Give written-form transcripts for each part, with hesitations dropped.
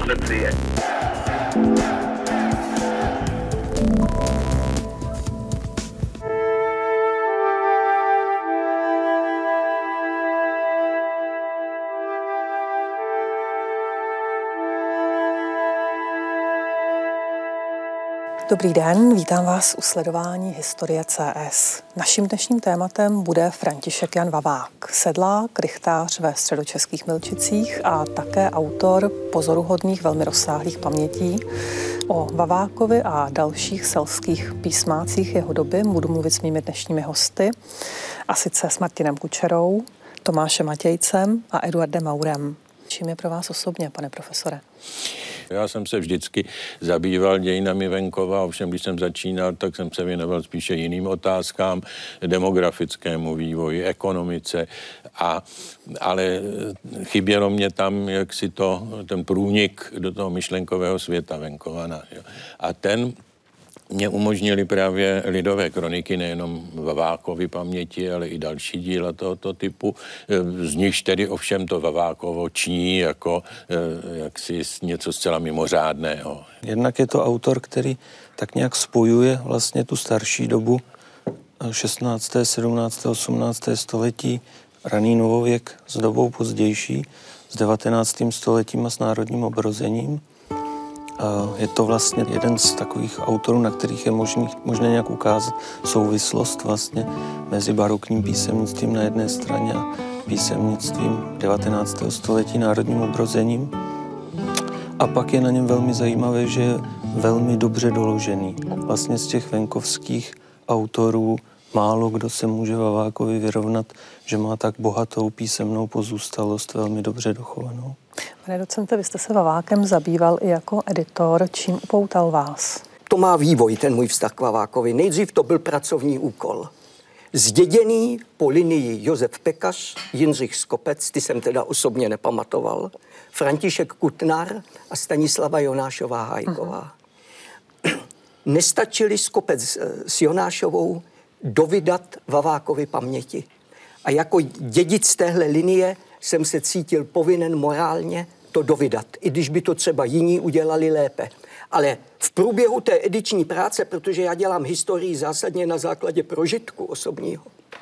policie. Dobrý den, vítám vás u sledování Historie CS. Naším dnešním tématem bude František Jan Vavák, sedlák, rychtář ve středočeských Milčicích a také autor pozoruhodných, velmi rozsáhlých pamětí. O Vavákovi a dalších selských písmácích jeho doby budu mluvit s mými dnešními hosty, a sice s Martinem Kučerou, Tomášem Matějcem a Eduardem Maurem. Čím je pro vás osobně, pane profesore? Já jsem se vždycky zabýval dějinami venkova, ovšem když jsem začínal, tak jsem se věnoval spíše jiným otázkám, demografickému vývoji, ekonomice, ale chybělo mě tam jaksi ten průnik do toho myšlenkového světa venkova. A ten mě umožnili právě lidové kroniky, nejenom Vavákovy paměti, ale i další díla tohoto typu. Z nichž tedy ovšem to Vavákovo ční jako jaksi něco zcela mimořádného. Jednak je to autor, který tak nějak spojuje vlastně tu starší dobu 16., 17., 18. století, raný novověk s dobou pozdější, s 19. stoletím a s národním obrozením. Je to vlastně jeden z takových autorů, na kterých je možné nějak ukázat souvislost vlastně mezi barokním písemnictvím na jedné straně a písemnictvím 19. století, národním obrozením. A pak je na něm velmi zajímavé, že je velmi dobře doložený. Vlastně z těch venkovských autorů málo kdo se může Vavákovi vyrovnat, že má tak bohatou písemnou pozůstalost, velmi dobře dochovanou. Pane docente, vy jste se Vavákem zabýval i jako editor. Čím upoutal vás? To má vývoj, ten můj vztah k Vavákovi. Nejdřív to byl pracovní úkol. Zděděný po linii Josef Pekař, Jindřich Skopec, ty jsem teda osobně nepamatoval, František Kutnar a Stanislava Jonášová Hájková. Nestačili Skopec s Jonášovou dovydat Vavákovi paměti. A jako dědic téhle linie jsem se cítil povinen morálně to dovydat, i když by to třeba jiní udělali lépe. Ale v průběhu té ediční práce, protože já dělám historii zásadně na základě prožitku osobního,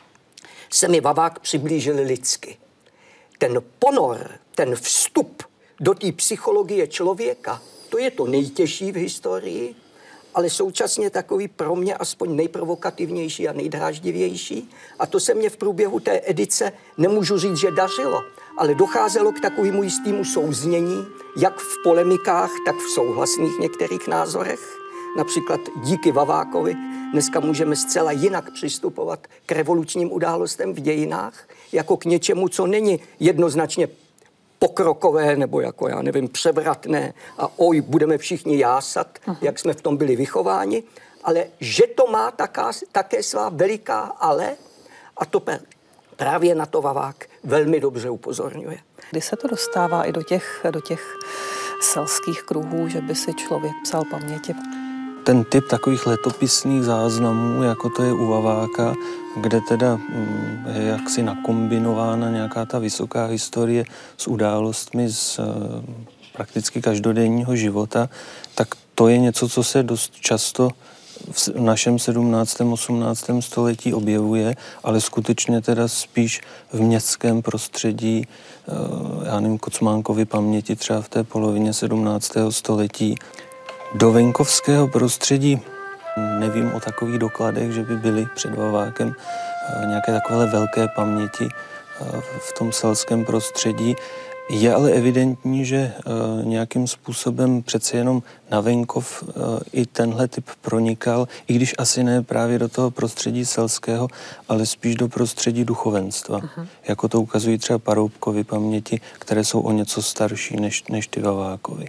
se mi Vavák přiblížil lidsky. Ten ponor, ten vstup do té psychologie člověka, to je to nejtěžší v historii, ale současně takový pro mě aspoň nejprovokativnější a nejdráždivější. A to se mě v průběhu té edice, nemůžu říct, že dařilo, ale docházelo k takovému jistému souznění, jak v polemikách, tak v souhlasných některých názorech. Například díky Vavákovi dneska můžeme zcela jinak přistupovat k revolučním událostem v dějinách, jako k něčemu, co není jednoznačně pokrokové nebo jako, já nevím, převratné a budeme všichni jásat, jak jsme v tom byli vychováni, ale že to má také svá veliká ale a to právě na to Vavák velmi dobře upozorňuje. Kdy se to dostává i do těch selských kruhů, že by si člověk psal paměti? Ten typ takových letopisných záznamů, jako to je u Vaváka, kde teda je jaksi nakombinována nějaká ta vysoká historie s událostmi z prakticky každodenního života, tak to je něco, co se dost často v našem 17. 18. století objevuje, ale skutečně teda spíš v městském prostředí, já nevím, Kocmánkovy paměti třeba v té polovině 17. století. Do venkovského prostředí nevím o takových dokladech, že by byly před Vavákem nějaké takové velké paměti v tom selském prostředí. Je ale evidentní, že nějakým způsobem přece jenom na venkov i tenhle typ pronikal, i když asi ne právě do toho prostředí selského, ale spíš do prostředí duchovenstva. Jako to ukazují třeba Paroubkovy paměti, které jsou o něco starší než ty Vavákovy.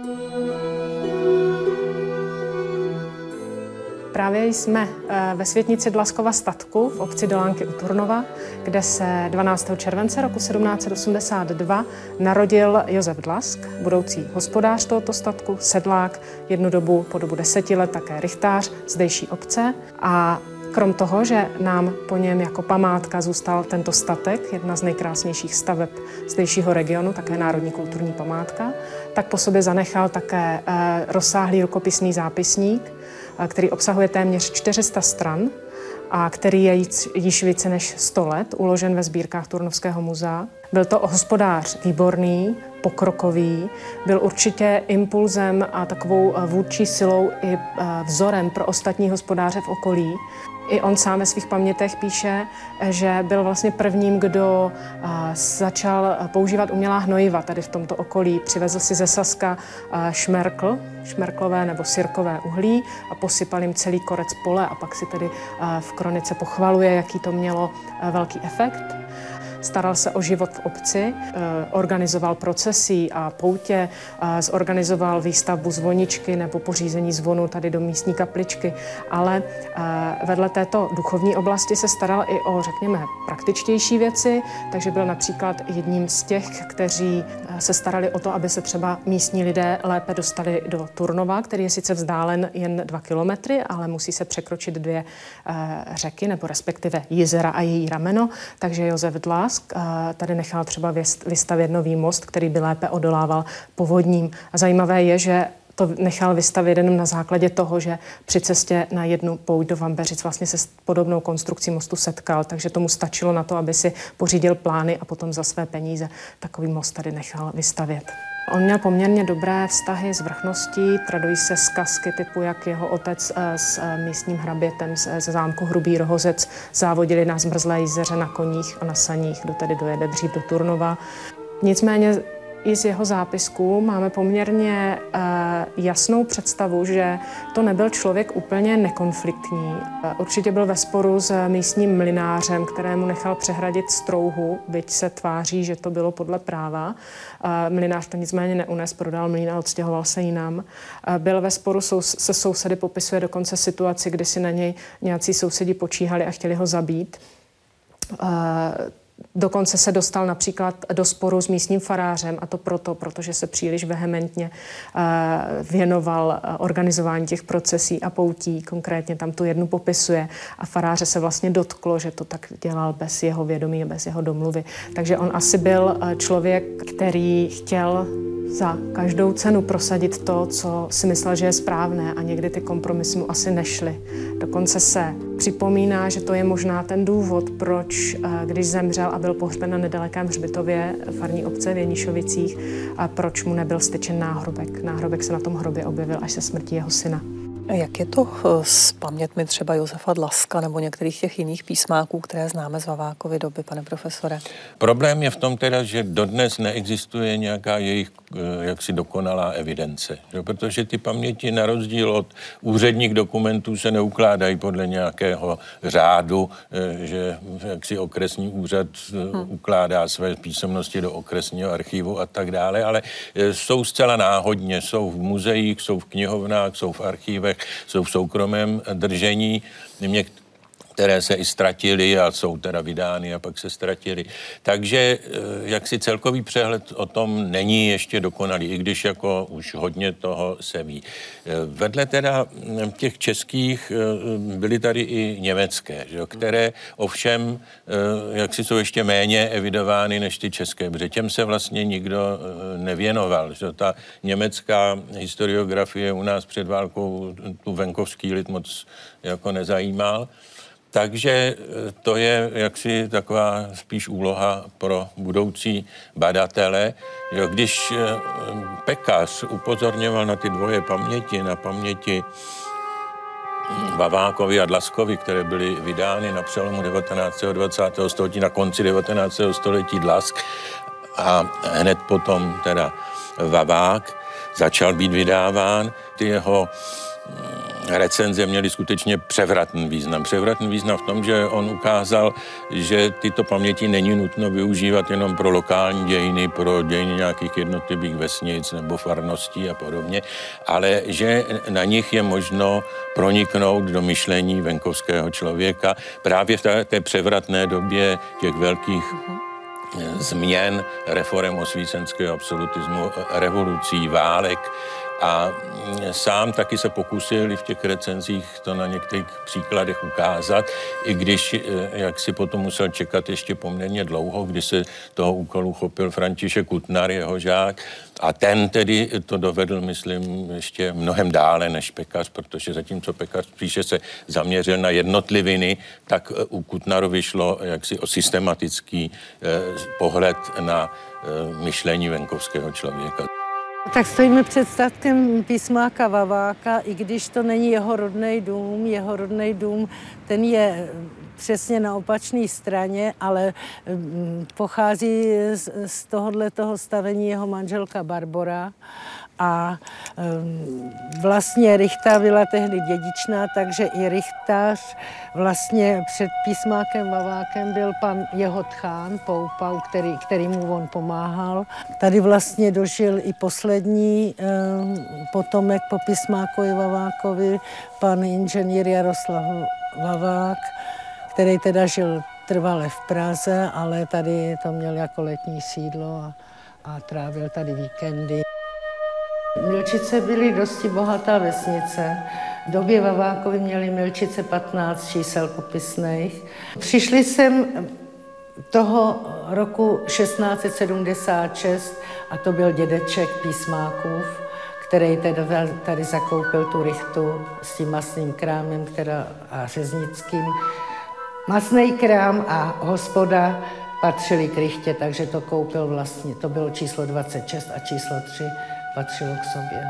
Právě jsme ve Světnici Dlaskova statku v obci Dolánky u Turnova, kde se 12. července roku 1782 narodil Josef Dlask, budoucí hospodář tohoto statku, sedlák, jednu dobu po dobu 10 let také rychtář zdejší obce. A Krom toho, že nám po něm jako památka zůstal tento statek, jedna z nejkrásnějších staveb zdejšího regionu, také národní kulturní památka, tak po sobě zanechal také rozsáhlý rukopisný zápisník, který obsahuje téměř 400 stran a který je již více než 100 let uložen ve sbírkách Turnovského muzea. Byl to hospodář výborný, pokrokový, byl určitě impulzem a takovou vůdčí silou i vzorem pro ostatní hospodáře v okolí. I on sám ve svých pamětech píše, že byl vlastně prvním, kdo začal používat umělá hnojiva tady v tomto okolí. Přivezl si ze Saska šmerklové nebo sirkové uhlí a posypal jim celý korec pole a pak si tedy v kronice pochvaluje, jaký to mělo velký efekt. Staral se o život v obci, organizoval procesí a poutě, zorganizoval výstavbu zvoničky nebo pořízení zvonu tady do místní kapličky, ale vedle této duchovní oblasti se staral i o, řekněme, praktičtější věci, takže byl například jedním z těch, kteří se starali o to, aby se třeba místní lidé lépe dostali do Turnova, který je sice vzdálen jen 2 kilometry, ale musí se překročit 2 řeky, nebo respektive jezera a její rameno, takže Josef Dlask tady nechal třeba vystavět nový most, který by lépe odolával povodním. A zajímavé je, že to nechal vystavět jenom na základě toho, že při cestě na jednu pouť do Vambeřic vlastně se s podobnou konstrukcí mostu setkal, takže tomu stačilo na to, aby si pořídil plány a potom za své peníze takový most tady nechal vystavět. On měl poměrně dobré vztahy s vrchností, tradují se zkazky typu, jak jeho otec s místním hrabětem ze zámku Hrubý Rohozec závodili na zmrzlé jezeře na koních a na saních, kdo tedy dojede dřív do Turnova. Nicméně i z jeho zápisků máme poměrně jasnou představu, že to nebyl člověk úplně nekonfliktní. Určitě byl ve sporu s místním mlynářem, kterému nechal přehradit strouhu, byť se tváří, že to bylo podle práva. Mlynář to nicméně neunes, prodal mlýn a odstěhoval se jinam. Byl ve sporu se sousedy, popisuje dokonce situaci, kdy si na něj nějací sousedi počíhali a chtěli ho zabít. Dokonce se dostal například do sporu s místním farářem a to protože se příliš vehementně věnoval organizování těch procesí a poutí. Konkrétně tam tu jednu popisuje a faráře se vlastně dotklo, že to tak dělal bez jeho vědomí a bez jeho domluvy. Takže on asi byl člověk, který chtěl za každou cenu prosadit to, co si myslel, že je správné a někdy ty kompromisy mu asi nešly. Dokonce se připomíná, že to je možná ten důvod, proč, když zemřel a byl pohřben na nedalekém hřbitově farní obce v Jenišovicích, a proč mu nebyl styčen náhrobek. Náhrobek se na tom hrobě objevil až se smrtí jeho syna. Jak je to s pamětmi třeba Josefa Dlaska nebo některých těch jiných písmáků, které známe z Vavákovy doby, pane profesore? Problém je v tom teda, že dodnes neexistuje nějaká jejich jaksi dokonalá evidence. Protože ty paměti na rozdíl od úředních dokumentů se neukládají podle nějakého řádu, že jaksi okresní úřad ukládá své písemnosti do okresního archivu a tak dále, ale jsou zcela náhodně, jsou v muzeích, jsou v knihovnách, jsou v archivech, jsou v soukromém držení, které se i ztratily a jsou teda vydány a pak se ztratily. Takže jaksi celkový přehled o tom není ještě dokonalý, i když jako už hodně toho se ví. Vedle teda těch českých byly tady i německé, že, které ovšem jaksi jsou ještě méně evidovány než ty české, protože těm se vlastně nikdo nevěnoval. Že ta německá historiografie u nás před válkou tu venkovský lid moc jako nezajímal. Takže to je jaksi taková spíš úloha pro budoucí badatele. Jo, když Pekař upozorňoval na ty dvoje paměti, na paměti Vavákovi a Dlaskovi, které byly vydány na přelomu 19. a 20. století, na konci 19. století Dlask a hned potom teda Vavák začal být vydáván. Ty jeho recenze měly skutečně převratný význam. Převratný význam v tom, že on ukázal, že tyto paměti není nutno využívat jenom pro lokální dějiny, pro dějiny nějakých jednotlivých vesnic nebo farností a podobně, ale že na nich je možno proniknout do myšlení venkovského člověka právě v té převratné době těch velkých změn, reforem osvícenského absolutismu, revolucí, válek A sám taky se pokusil i v těch recenzích to na některých příkladech ukázat, i když jak si potom musel čekat ještě poměrně dlouho, kdy se toho úkolu chopil František Kutnar, jeho žák, a ten tedy to dovedl, myslím, ještě mnohem dále než Pekař, protože zatímco Pekař spíše se zaměřil na jednotliviny, tak u Kutnarovi šlo jaksi o systematický pohled na myšlení venkovského člověka. Tak stojíme před statkem písmáka Vaváka, i když to není jeho rodný dům, ten je přesně na opačné straně, ale pochází z tohoto stavení jeho manželka Barbora. A vlastně Rychtá byla tehdy dědičná, takže i rychtář vlastně před písmákem Vavákem byl pan jeho tchán Poupau, který mu on pomáhal. Tady vlastně dožil i poslední potomek po písmákovi Vavákovi, pan inženýr Jaroslav Vavák, který teda žil trvale v Praze, ale tady to měl jako letní sídlo a trávil tady víkendy. Milčice byly dosti bohatá vesnice. V době Vavákovi měli Milčice 15 čísel popisných. Přišli sem toho roku 1676 a to byl dědeček Písmákův, který teda tady zakoupil tu rychtu s tím masným krámem a řeznickým. Masný krám a hospoda patřili k rychtě, takže to koupil vlastně, to bylo číslo 26 a číslo 3 patřilo k sobě.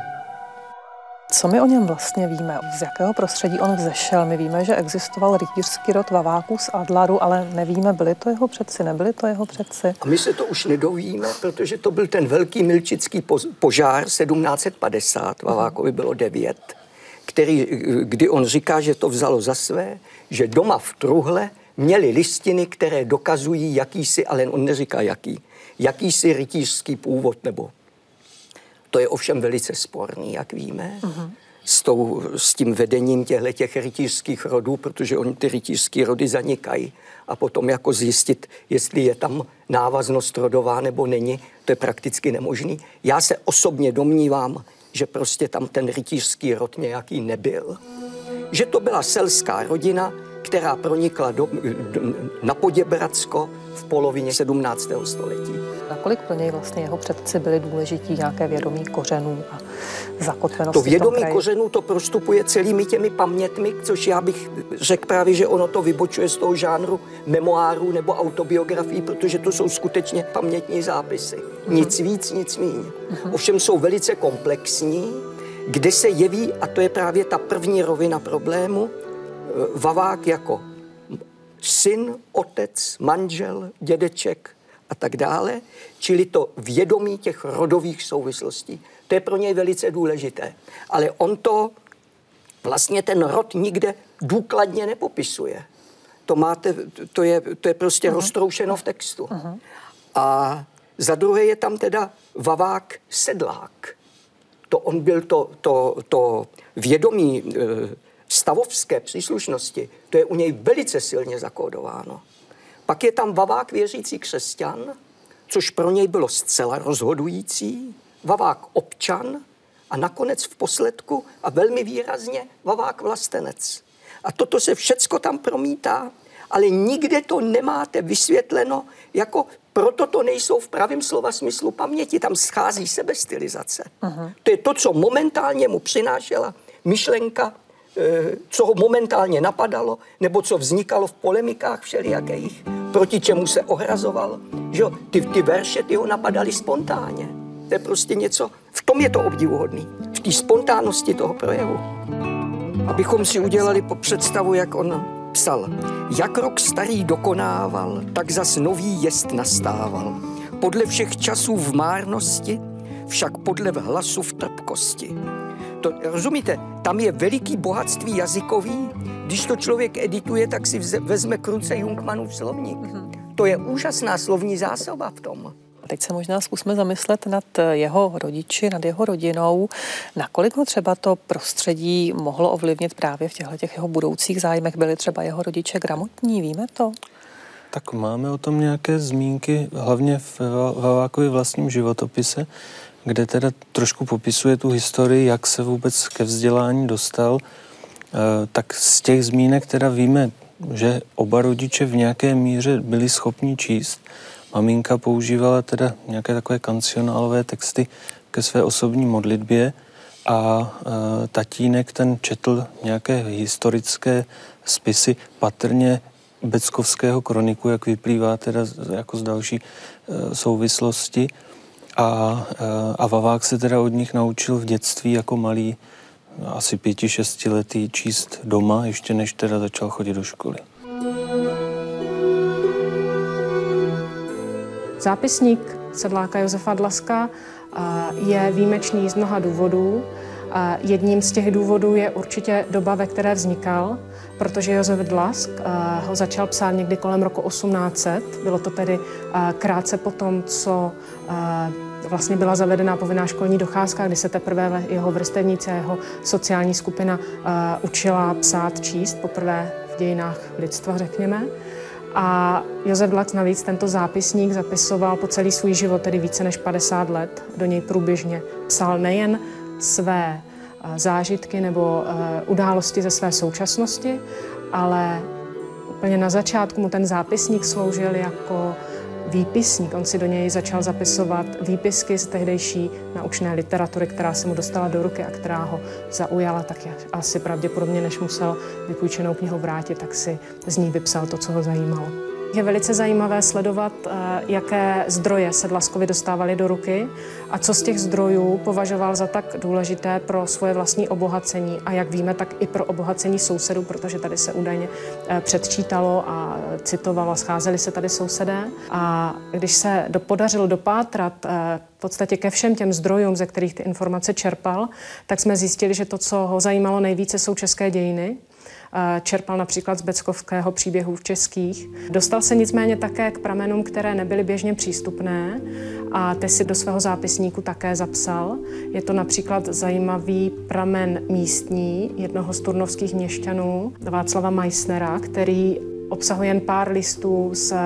Co my o něm vlastně víme? Z jakého prostředí on vzešel? My víme, že existoval rytířský rod Vaváků z Adlaru, ale nevíme, byli to jeho předci, nebyli to jeho předci. A my se to už nedovíme, protože to byl ten velký milčický požár 1750, Vavákovi bylo 9, kdy on říká, že to vzalo za své, že doma v truhle měli listiny, které dokazují jakýsi, ale on neříká jakýsi rytířský původ nebo. To je ovšem velice sporný, jak víme, s tím vedením těch rytířských rodů, protože oni ty rytířské rody zanikají. A potom jako zjistit, jestli je tam návaznost rodová nebo není, to je prakticky nemožný. Já se osobně domnívám, že prostě tam ten rytířský rod nějaký nebyl. Že to byla selská rodina, která pronikla na Poděbradsko v polovině 17. století. Nakolik pro něj vlastně jeho předci byli důležití, nějaké vědomí kořenů a zakotvenosti? To vědomí kořenů to prostupuje celými těmi pamětmi, což já bych řekl právě, že ono to vybočuje z toho žánru memoárů nebo autobiografií, protože to jsou skutečně pamětní zápisy. Nic víc, nic míň. Ovšem jsou velice komplexní, kde se jeví, a to je právě ta první rovina problému, Vavák jako syn, otec, manžel, dědeček a tak dále, čili to vědomí těch rodových souvislostí. To je pro něj velice důležité. Ale on to vlastně ten rod nikde důkladně nepopisuje. To je prostě roztroušeno v textu. A za druhé je tam teda Vavák sedlák. To on byl to vědomí stavovské příslušnosti, to je u něj velice silně zakódováno. Pak je tam Vavák věřící křesťan, což pro něj bylo zcela rozhodující, Vavák občan a nakonec v posledku a velmi výrazně Vavák vlastenec. A toto se všecko tam promítá, ale nikde to nemáte vysvětleno, jako proto to nejsou v pravém slova smyslu paměti, tam schází sebestylizace. To je to, co momentálně mu přinášela myšlenka, co ho momentálně napadalo, nebo co vznikalo v polemikách všelijakých, proti čemu se ohrazoval. Že ty verše ty ho napadaly spontánně. To je prostě něco, v tom je to obdivuhodný, v té spontánnosti toho projevu. Abychom si udělali představu, jak on psal. Jak rok starý dokonával, tak zas nový jest nastával. Podle všech časů v márnosti, však podle hlasu v trpkosti. To, rozumíte, tam je veliký bohatství jazykový, když to člověk edituje, tak si vezme k ruce Jungmannův slovník. To je úžasná slovní zásoba v tom. Teď se možná zkusme zamyslet nad jeho rodiči, nad jeho rodinou. Nakolik ho třeba to prostředí mohlo ovlivnit právě v těchto jeho budoucích zájmech? Byli třeba jeho rodiče gramotní, víme to? Tak máme o tom nějaké zmínky, hlavně v Vavákově vlastním životopise, kde teda trošku popisuje tu historii, jak se vůbec ke vzdělání dostal. Tak z těch zmínek teda víme, že oba rodiče v nějaké míře byli schopni číst. Maminka používala teda nějaké takové kancionálové texty ke své osobní modlitbě a tatínek ten četl nějaké historické spisy, patrně Beckovského kroniku, jak vyplývá teda jako z další souvislosti. A Vavák se teda od nich naučil v dětství jako malý, asi 5-6 letý, číst doma, ještě než teda začal chodit do školy. Zápisník sedláka Josefa Dlaska je výjimečný z mnoha důvodů. Jedním z těch důvodů je určitě doba, ve které vznikal, protože Josef Dlask ho začal psát někdy kolem roku 1800. Bylo to tedy krátce po tom, co vlastně byla zavedena povinná školní docházka, kdy se teprve jeho vrstevníci a jeho sociální skupina učila psát, číst, poprvé v dějinách lidstva, řekněme. A Josef Dlask navíc tento zápisník zapisoval po celý svůj život, tedy více než 50 let. Do něj průběžně psal nejen své zážitky nebo události ze své současnosti, ale úplně na začátku mu ten zápisník sloužil jako výpisník. On si do něj začal zapisovat výpisky z tehdejší naučné literatury, která se mu dostala do ruky a která ho zaujala, tak asi pravděpodobně, než musel vypůjčenou knihu vrátit, tak si z ní vypsal to, co ho zajímalo. Je velice zajímavé sledovat, jaké zdroje se Dlaskovi dostávaly do ruky a co z těch zdrojů považoval za tak důležité pro svoje vlastní obohacení a jak víme, tak i pro obohacení sousedů, protože tady se údajně předčítalo a citovalo, scházeli se tady sousedé. A když se podařilo dopátrat v podstatě ke všem těm zdrojům, ze kterých ty informace čerpal, tak jsme zjistili, že to, co ho zajímalo nejvíce, jsou české dějiny. Čerpal například z Beckovského příběhů v českých. Dostal se nicméně také k pramenům, které nebyly běžně přístupné a ty si do svého zápisníku také zapsal. Je to například zajímavý pramen místní jednoho z turnovských měšťanů, Václava Meissnera, který obsahuje jen pár listů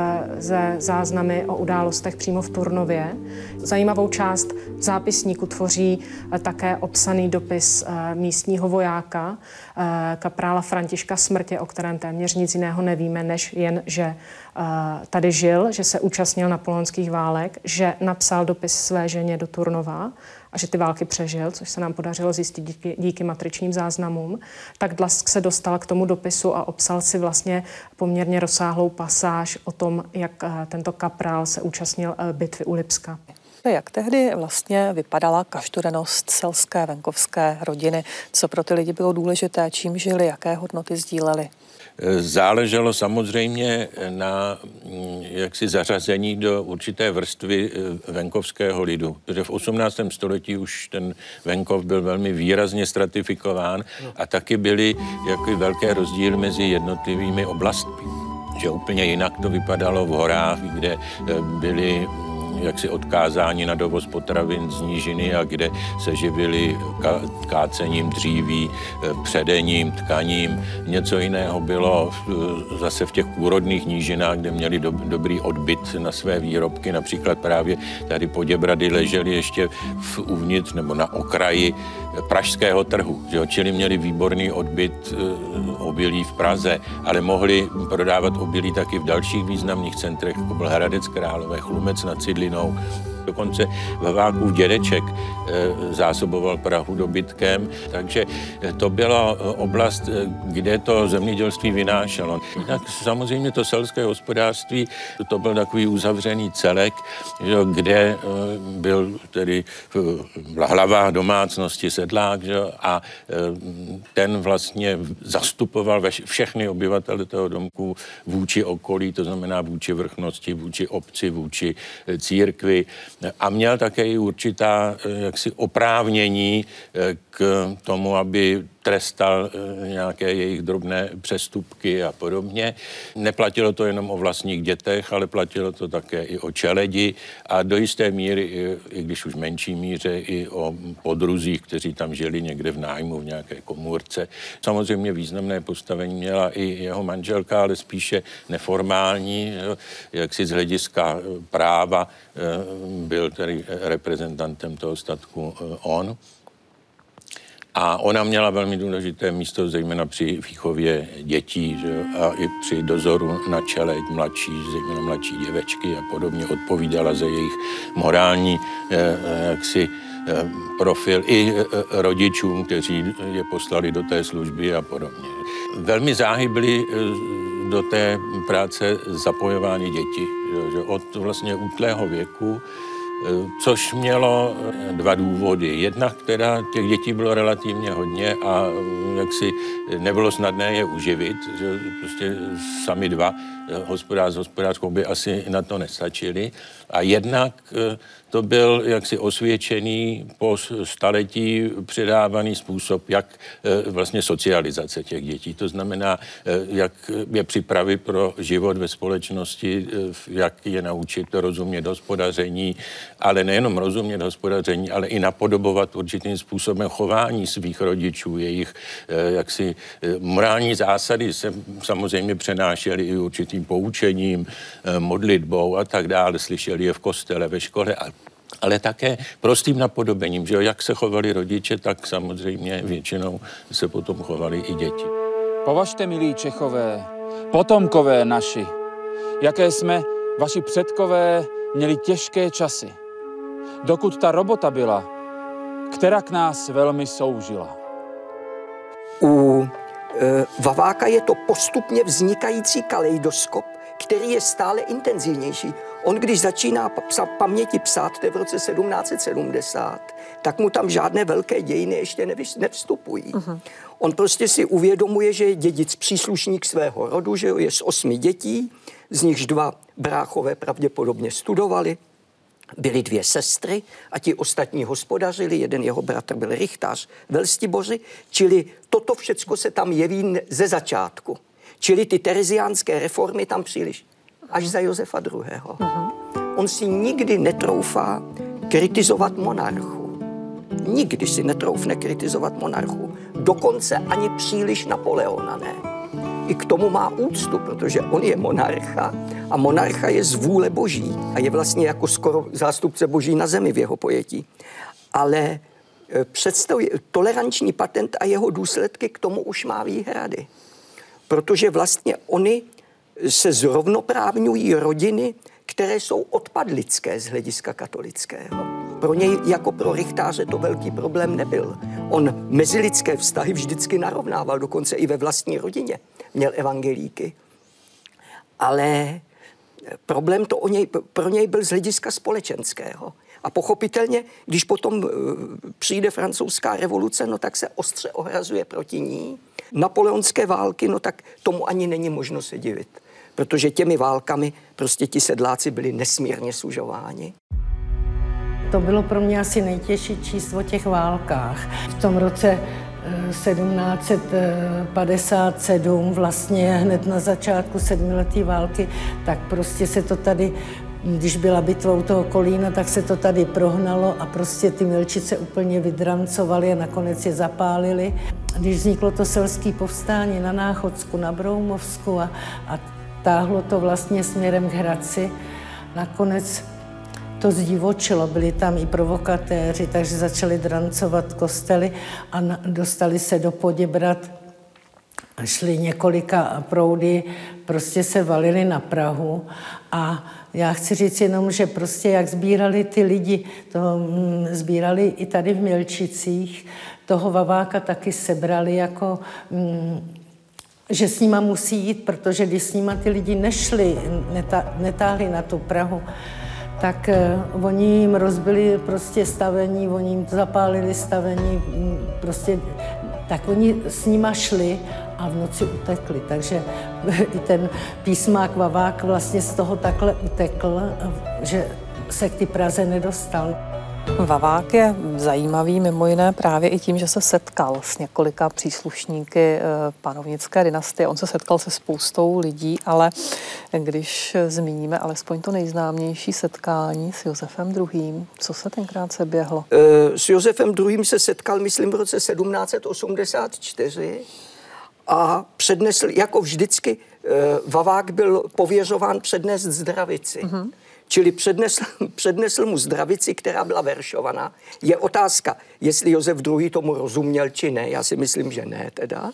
ze záznamy o událostech přímo v Turnově. Zajímavou část zápisníku tvoří také opsaný dopis místního vojáka, kaprála Františka Smrtě, o kterém téměř nic jiného nevíme, než jen, že tady žil, že se účastnil napoleonských válek, že napsal dopis své ženě do Turnova a že ty války přežil, což se nám podařilo zjistit díky matričním záznamům, tak Dlask se dostal k tomu dopisu a obsal si vlastně poměrně rozsáhlou pasáž o tom, jak tento kaprál se účastnil bitvy u Lipska. Jak tehdy vlastně vypadala každodennost selské venkovské rodiny? Co pro ty lidi bylo důležité? Čím žili? Jaké hodnoty sdíleli? Záleželo samozřejmě na jaksi zařazení do určité vrstvy venkovského lidu, protože v 18. století už ten venkov byl velmi výrazně stratifikován a taky byly jako velké rozdíly mezi jednotlivými oblastmi. Že úplně jinak to vypadalo v horách, kde byly jaksi odkázání na dovoz potravin z nížiny a kde se živili kácením dříví, předením, tkaním. Něco jiného bylo zase v těch úrodných nížinách, kde měli dobrý odbyt na své výrobky. Například právě tady Poděbrady ležely ještě uvnitř nebo na okraji pražského trhu, že? Čili měli výborný odbyt obilí v Praze, ale mohli prodávat obilí taky v dalších významných centrech, jako byl Hradec Králové, Chlumec nad Cidlinou. Dokonce Vavákův dědeček zásoboval Prahu dobytkem, takže to byla oblast, kde to zemědělství vynášelo. Jinak samozřejmě to selské hospodářství, to byl takový uzavřený celek, kde byl tedy hlava domácnosti sedlák, a ten vlastně zastupoval všechny obyvatele toho domku vůči okolí, to znamená vůči vrchnosti, vůči obci, vůči církvi. A měl také i určitá jaksi oprávnění k tomu, aby trestal nějaké jejich drobné přestupky a podobně. Neplatilo to jenom o vlastních dětech, ale platilo to také i o čeledi a do jisté míry, i když už v menší míře, i o podruzích, kteří tam žili někde v nájmu v nějaké komůrce. Samozřejmě významné postavení měla i jeho manželka, ale spíše neformální, jak si z hlediska práva byl tedy reprezentantem toho statku on. A ona měla velmi důležité místo, zejména při výchově dětí, že? A i při dozoru na čeleď mladší, zejména mladší děvečky a podobně, odpovídala za jejich morální jaksi profil i rodičům, kteří je poslali do té služby a podobně. Velmi záhy byli do té práce zapojovány děti, že? Od vlastně útlého věku, což mělo dva důvody. Jednak teda těch dětí bylo relativně hodně a jaksi nebylo snadné je uživit, že prostě sami dva s hospodářkou by asi na to nestačili. A jednak to byl jaksi osvědčený po staletí předávaný způsob, jak vlastně socializace těch dětí. To znamená, jak je připravit pro život ve společnosti, jak je naučit rozumět hospodaření, ale nejenom rozumět hospodaření, ale i napodobovat určitým způsobem chování svých rodičů, jejich jaksi morální zásady se samozřejmě přenášely i určitým poučením, modlitbou a tak dále, slyšeli je v kostele, ve škole, ale také prostým napodobením, že jak se chovali rodiče, tak samozřejmě většinou se potom chovali i děti. Považte, milí Čechové, potomkové naši, jaké jsme vaši předkové měli těžké časy, dokud ta robota byla, která k nás velmi soužila. U Vaváka je to postupně vznikající kaleidoskop, který je stále intenzivnější. On, když začíná paměti psát, to je v roce 1770, tak mu tam žádné velké dějiny ještě nevstupují. On prostě si uvědomuje, že je dědic příslušník svého rodu, že je z 8 dětí, z nichž 2 bráchové pravděpodobně studovali, byly 2 sestry a ti ostatní hospodařili, jeden jeho bratr byl rychtář v Elstiboři, čili toto všecko se tam jeví ze začátku. Čili ty tereziánské reformy tam příliš až za Josefa II. On si nikdy netroufá kritizovat monarchu. Nikdy si netroufne kritizovat monarchu. Dokonce ani příliš Napoleona ne. I k tomu má úctu, protože on je monarcha a monarcha je z vůle boží a je vlastně jako skoro zástupce boží na zemi v jeho pojetí. Ale toleranční patent a jeho důsledky k tomu už má výhrady. Protože vlastně oni se zrovnoprávňují rodiny, které jsou odpadlické z hlediska katolického. Pro něj jako pro rychtáře to velký problém nebyl. On mezilidské vztahy vždycky narovnával, dokonce i ve vlastní rodině měl evangelíky. Ale problém to pro něj byl z hlediska společenského. A pochopitelně, když potom přijde francouzská revoluce, no tak se ostře ohrazuje proti ní. Napoleonské války, no tak tomu ani není možno se divit. Protože těmi válkami prostě ti sedláci byli nesmírně sužováni. To bylo pro mě asi nejtěžší číst o těch válkách. V tom roce 1757, vlastně hned na začátku 7leté války, tak prostě se to tady, když byla bitva u toho Kolína, tak se to tady prohnalo a prostě ty Milčice úplně vydrancovaly a nakonec je zapálili. Když vzniklo to selské povstání na Náchodsku, na Broumovsku a táhlo to vlastně směrem k Hradci, nakonec to zdivočilo, byli tam i provokatéři, takže začali drancovat kostely a dostali se do Poděbrad. Šli několika proudy, prostě se valili na Prahu a já chci říct jenom, že prostě jak sbírali ty lidi, to sbírali i tady v Milčicích, toho Vaváka taky sebrali jako že s nima musí jít, protože když s nima ty lidi nešli, netáhli na tu Prahu, tak oni jim rozbili prostě stavení, oni jim zapálili stavení, prostě, tak oni s nima šli a v noci utekli. Takže i ten písmák Vavák vlastně z toho takhle utekl, že se k ty Praze nedostal. Vavák je zajímavý mimo jiné právě i tím, že se setkal s několika příslušníky panovnické dynastie. On se setkal se spoustou lidí, ale když zmíníme alespoň to nejznámější setkání s Josefem II., co se tenkrát seběhlo? S Josefem II. Se setkal, myslím, v roce 1784 a přednesl, jako vždycky, Vavák byl pověřován přednést zdravici. Mm-hmm. Čili přednesl mu zdravici, která byla veršovaná. Je otázka, jestli Josef II. Tomu rozuměl, či ne. Já si myslím, že ne teda.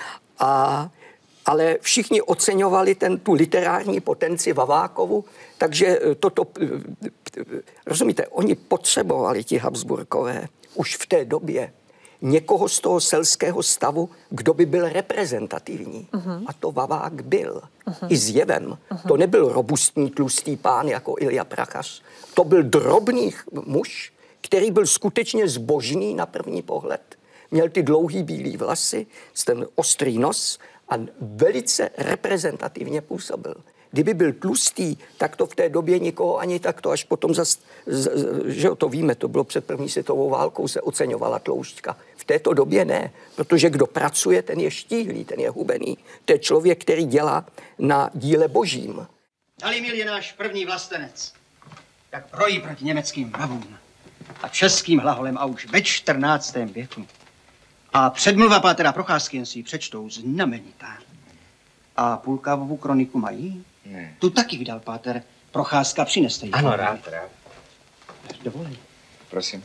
Ale všichni oceňovali tu literární potenci Vavákovu, takže rozumíte, oni potřebovali ti Habsburkové už v té době někoho z toho selského stavu, kdo by byl reprezentativní. Uh-huh. A to Vavák byl. Uh-huh. I zjevem. Uh-huh. To nebyl robustní, tlustý pán jako Ilja Prachař. To byl drobný muž, který byl skutečně zbožný na první pohled. Měl ty dlouhý bílý vlasy, ten ostrý nos a velice reprezentativně působil. Kdyby byl tlustý, tak to v té době nikoho ani takto, až potom že to víme, to bylo před první světovou válkou, se oceňovala tloušťka. V této době ne, protože kdo pracuje, ten je štíhlý, ten je hubený. To je člověk, který dělá na díle božím. Dalimil je náš první vlastenec, jak brojí proti německým mravům a českým hlaholem a už ve 14. věku. A předmluva pátera Procházky, jen si ji přečtou, znamenitá. A Pulkávovu kroniku mají? Ne. Tu taky vydal páter Procházka, přineste ji. Ano, rád. Dovolej. Prosím.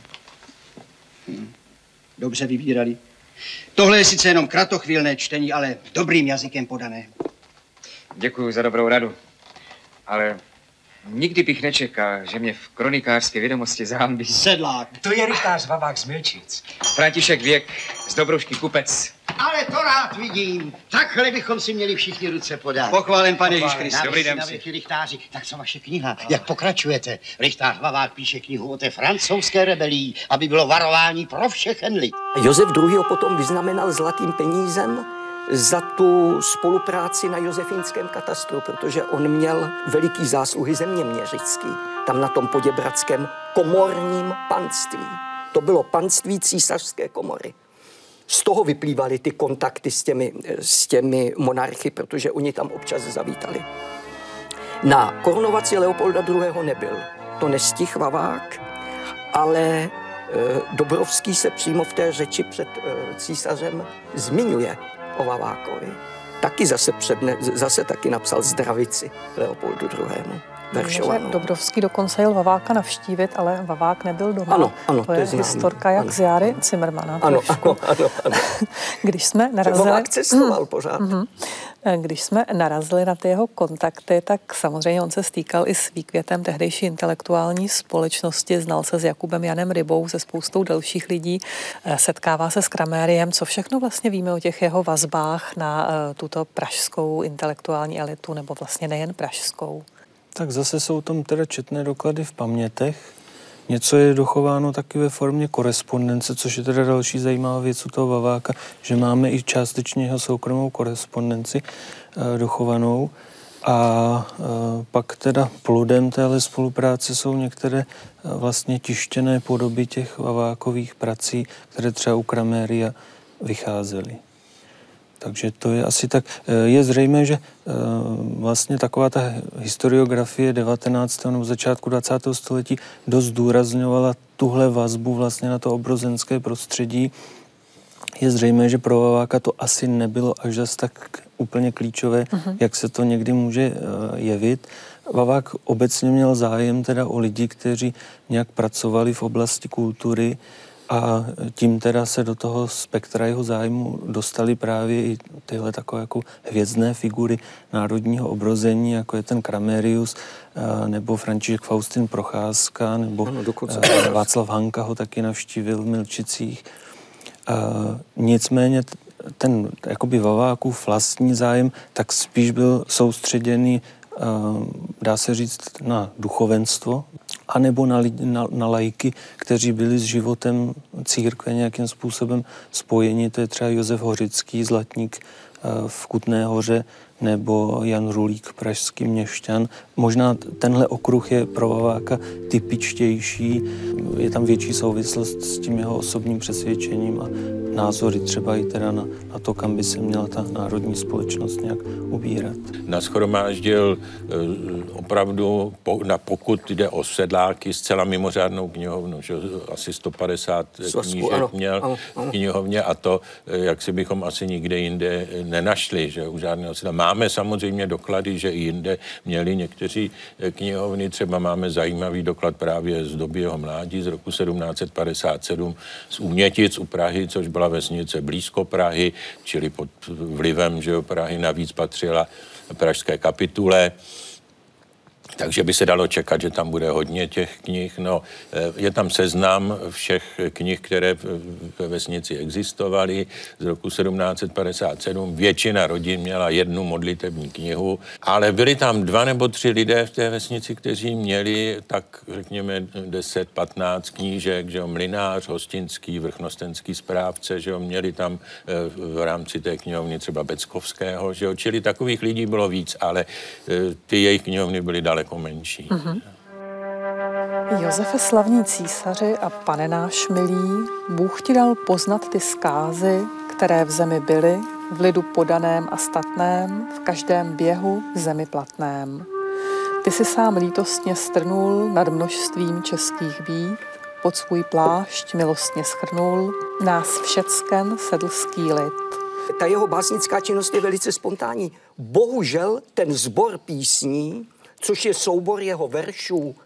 Dobře vybírali. Tohle je sice jenom kratochvílné čtení, ale dobrým jazykem podané. Děkuji za dobrou radu. Ale nikdy bych nečekal, že mě v kronikářské vědomosti zahambí. Sedlák. To je rychtář Vavák z Milčic. František Věk z Dobroušky kupec. Ale to rád vidím. Takhle bychom si měli všichni ruce podat. Pochválen Pane Ježíš Kristus. Dobrý den si. Rychtáři. Tak co vaše kniha? Jak pokračujete? Rychtář Vavák píše knihu o té francouzské rebelii, aby bylo varování pro všechen lid. Josef II. Potom vyznamenal zlatým penízem za tu spolupráci na josefínském katastru, protože on měl veliký zásluhy zeměměřický. Tam na tom poděbradském komorním panství. To bylo panství císařské komory. Z toho vyplývaly ty kontakty s těmi monarchy, protože oni tam občas zavítali. Na korunovaci Leopolda II. Nebyl. To nestihl Vavák, ale Dobrovský se přímo v té řeči před císařem zmiňuje o Vavákovi. Taky zase taky napsal zdravici Leopoldu II. Veršovanou. Dobrovský dokonce jel Vaváka navštívit, ale Vavák nebyl doma. Ano, to je historka jak z Jary Cimrmana. Ano. Když jsme narazili... Vavák cestoval pořád. Když jsme narazili na ty jeho kontakty, tak samozřejmě on se stýkal i s výkvětem tehdejší intelektuální společnosti, znal se s Jakubem Janem Rybou, se spoustou dalších lidí, setkává se s Kramériem. Co všechno vlastně víme o těch jeho vazbách na tuto pražskou intelektuální elitu, nebo vlastně nejen pražskou? Tak zase jsou tam teda četné doklady v pamětech. Něco je dochováno taky ve formě korespondence, což je teda další zajímavá věc u toho Vaváka, že máme i částečně jeho soukromou korespondenci dochovanou. A pak teda plodem téhle spolupráce jsou některé vlastně tištěné podoby těch Vavákových prací, které třeba u Kraméria vycházely. Takže to je asi tak. Je zřejmé, že vlastně taková ta historiografie 19. nebo začátku 20. století dost zdůrazňovala tuhle vazbu vlastně na to obrozenské prostředí. Je zřejmé, že pro Vaváka to asi nebylo až zas tak úplně klíčové, jak se to někdy může jevit. Vavák obecně měl zájem teda o lidi, kteří nějak pracovali v oblasti kultury, a tím teda se do toho spektra jeho zájmu dostali právě i tyhle takové jako hvězdné figury národního obrození, jako je ten Kramérius, nebo František Faustin Procházka, nebo Václav Hanka ho taky navštívil v Milčicích. Nicméně ten jakoby Vavákův vlastní zájem tak spíš byl soustředěný, dá se říct, na duchovenstvo, anebo na laiky, kteří byli s životem církve nějakým způsobem spojeni. To je třeba Josef Hořický, zlatník v Kutné Hoře, nebo Jan Rulík, pražský měšťan. Možná tenhle okruh je pro Vaváka typičtější, je tam větší souvislost s tím jeho osobním přesvědčením a názory třeba i teda na to, kam by se měla ta národní společnost nějak ubírat. Nashromáždil opravdu, pokud jde o sedláky, zcela mimořádnou knihovnu, že asi 150 knížek měl v knihovně a to, jak si bychom asi nikde jinde nenašli, že u žádného sedla. Máme samozřejmě doklady, že i jinde měli někteří knihovny, třeba máme zajímavý doklad právě z doby jeho mládí, z roku 1757 z Úmětic u Prahy, což byla vesnice blízko Prahy, čili pod vlivem, že Prahy navíc patřila pražské kapitule. Takže by se dalo čekat, že tam bude hodně těch knih. No, je tam seznam všech knih, které ve vesnici existovaly z roku 1757. Většina rodin měla jednu modlitební knihu, ale byli tam 2 nebo 3 lidé v té vesnici, kteří měli tak, řekněme, 10-15 knížek, že jo, mlynář, hostinský, vrchnostenský správce, že jo, měli tam v rámci té knihovny třeba Beckovského, že jo, čili takových lidí bylo víc, ale ty jejich knihovny byly daleko menší. Josefe, slavní císaři a pane náš milý, Bůh ti dal poznat ty zkázy, které v zemi byly, v lidu podaném a statném, v každém běhu zemi platném. Ty si sám lítostně strnul nad množstvím českých bíd, pod svůj plášť milostně schrnul nás všecken sedlský lid. Ta jeho básnická činnost je velice spontánní. Bohužel ten sbor písní, což je soubor jeho veršů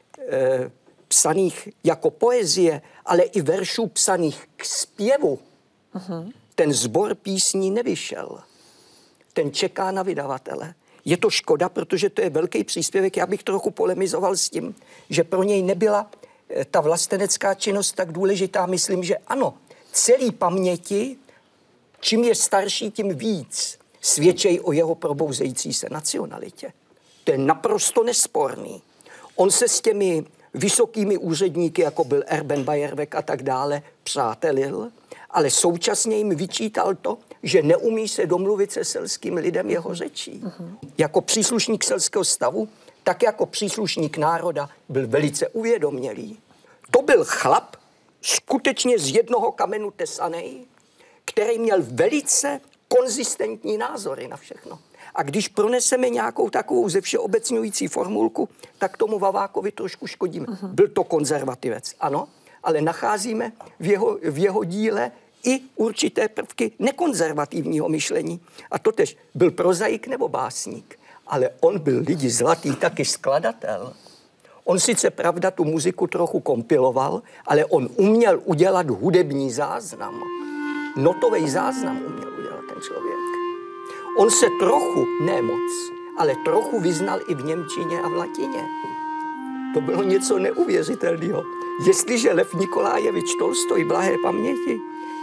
psaných jako poezie, ale i veršů psaných k zpěvu, ten sbor písní nevyšel. Ten čeká na vydavatele. Je to škoda, protože to je velký příspěvek. Já bych trochu polemizoval s tím, že pro něj nebyla ta vlastenecká činnost tak důležitá. Myslím, že ano, celý paměti, čím je starší, tím víc svědčí o jeho probouzející se nacionalitě. To je naprosto nesporný. On se s těmi vysokými úředníky, jako byl Erben Bayerweg a tak dále, přátelil, ale současně jim vyčítal to, že neumí se domluvit se selským lidem jeho řečí. Jako příslušník selského stavu, tak jako příslušník národa byl velice uvědomělý. To byl chlap, skutečně z jednoho kamenu tesanej, který měl velice konzistentní názory na všechno. A když proneseme nějakou takovou zevšeobecňující formulku, tak tomu Vavákovi trošku škodíme. Byl to konzervativec, ano, ale nacházíme v jeho díle i určité prvky nekonzervativního myšlení. A totež byl prozaik nebo básník, ale on byl lidi zlatý taky skladatel. On sice, pravda, tu muziku trochu kompiloval, ale on uměl udělat hudební záznam. Notový záznam uměl udělat ten člověk. On se trochu, ne moc, ale trochu vyznal i v němčině a v latině. To bylo něco neuvěřitelného. Jestliže Lev Nikolájevič Tolstoj blahé paměti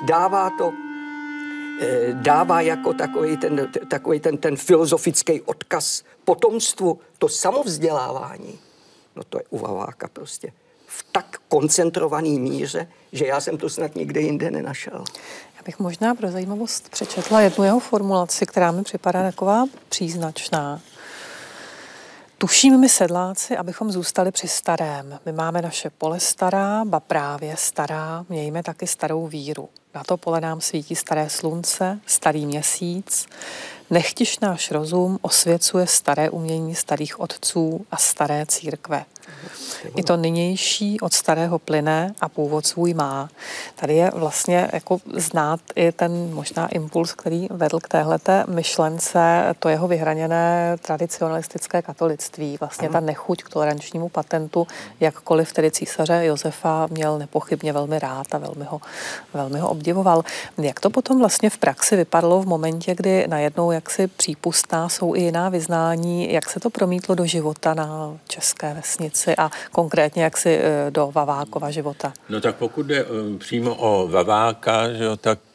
dává jako takový ten filozofický odkaz potomstvu, to samovzdělávání, no to je u Vaváka prostě v tak koncentrovaný míře, že já jsem to snad nikde jinde nenašel. Já bych možná pro zajímavost přečetla jednu jeho formulaci, která mi připadá taková příznačná. Tuším my sedláci, abychom zůstali při starém. My máme naše pole stará, ba právě stará, mějme taky starou víru. Na to pole nám svítí staré slunce, starý měsíc. Nechtiž náš rozum osvěcuje staré umění starých otců a staré církve. I to nynější od starého plyne a původ svůj má. Tady je vlastně jako znát i ten možná impuls, který vedl k téhleté myšlence, to jeho vyhraněné tradicionalistické katolictví. Vlastně ta nechuť k tolerančnímu patentu, jakkoliv tedy císaře Josefa měl nepochybně velmi rád a velmi ho obdivoval. Jak to potom vlastně v praxi vypadlo v momentě, kdy najednou jaksi přípustná jsou i jiná vyznání, jak se to promítlo do života na české vesnici a konkrétně jaksi do Vavákova života? No tak pokud jde přímo o Vaváka, že jo, tak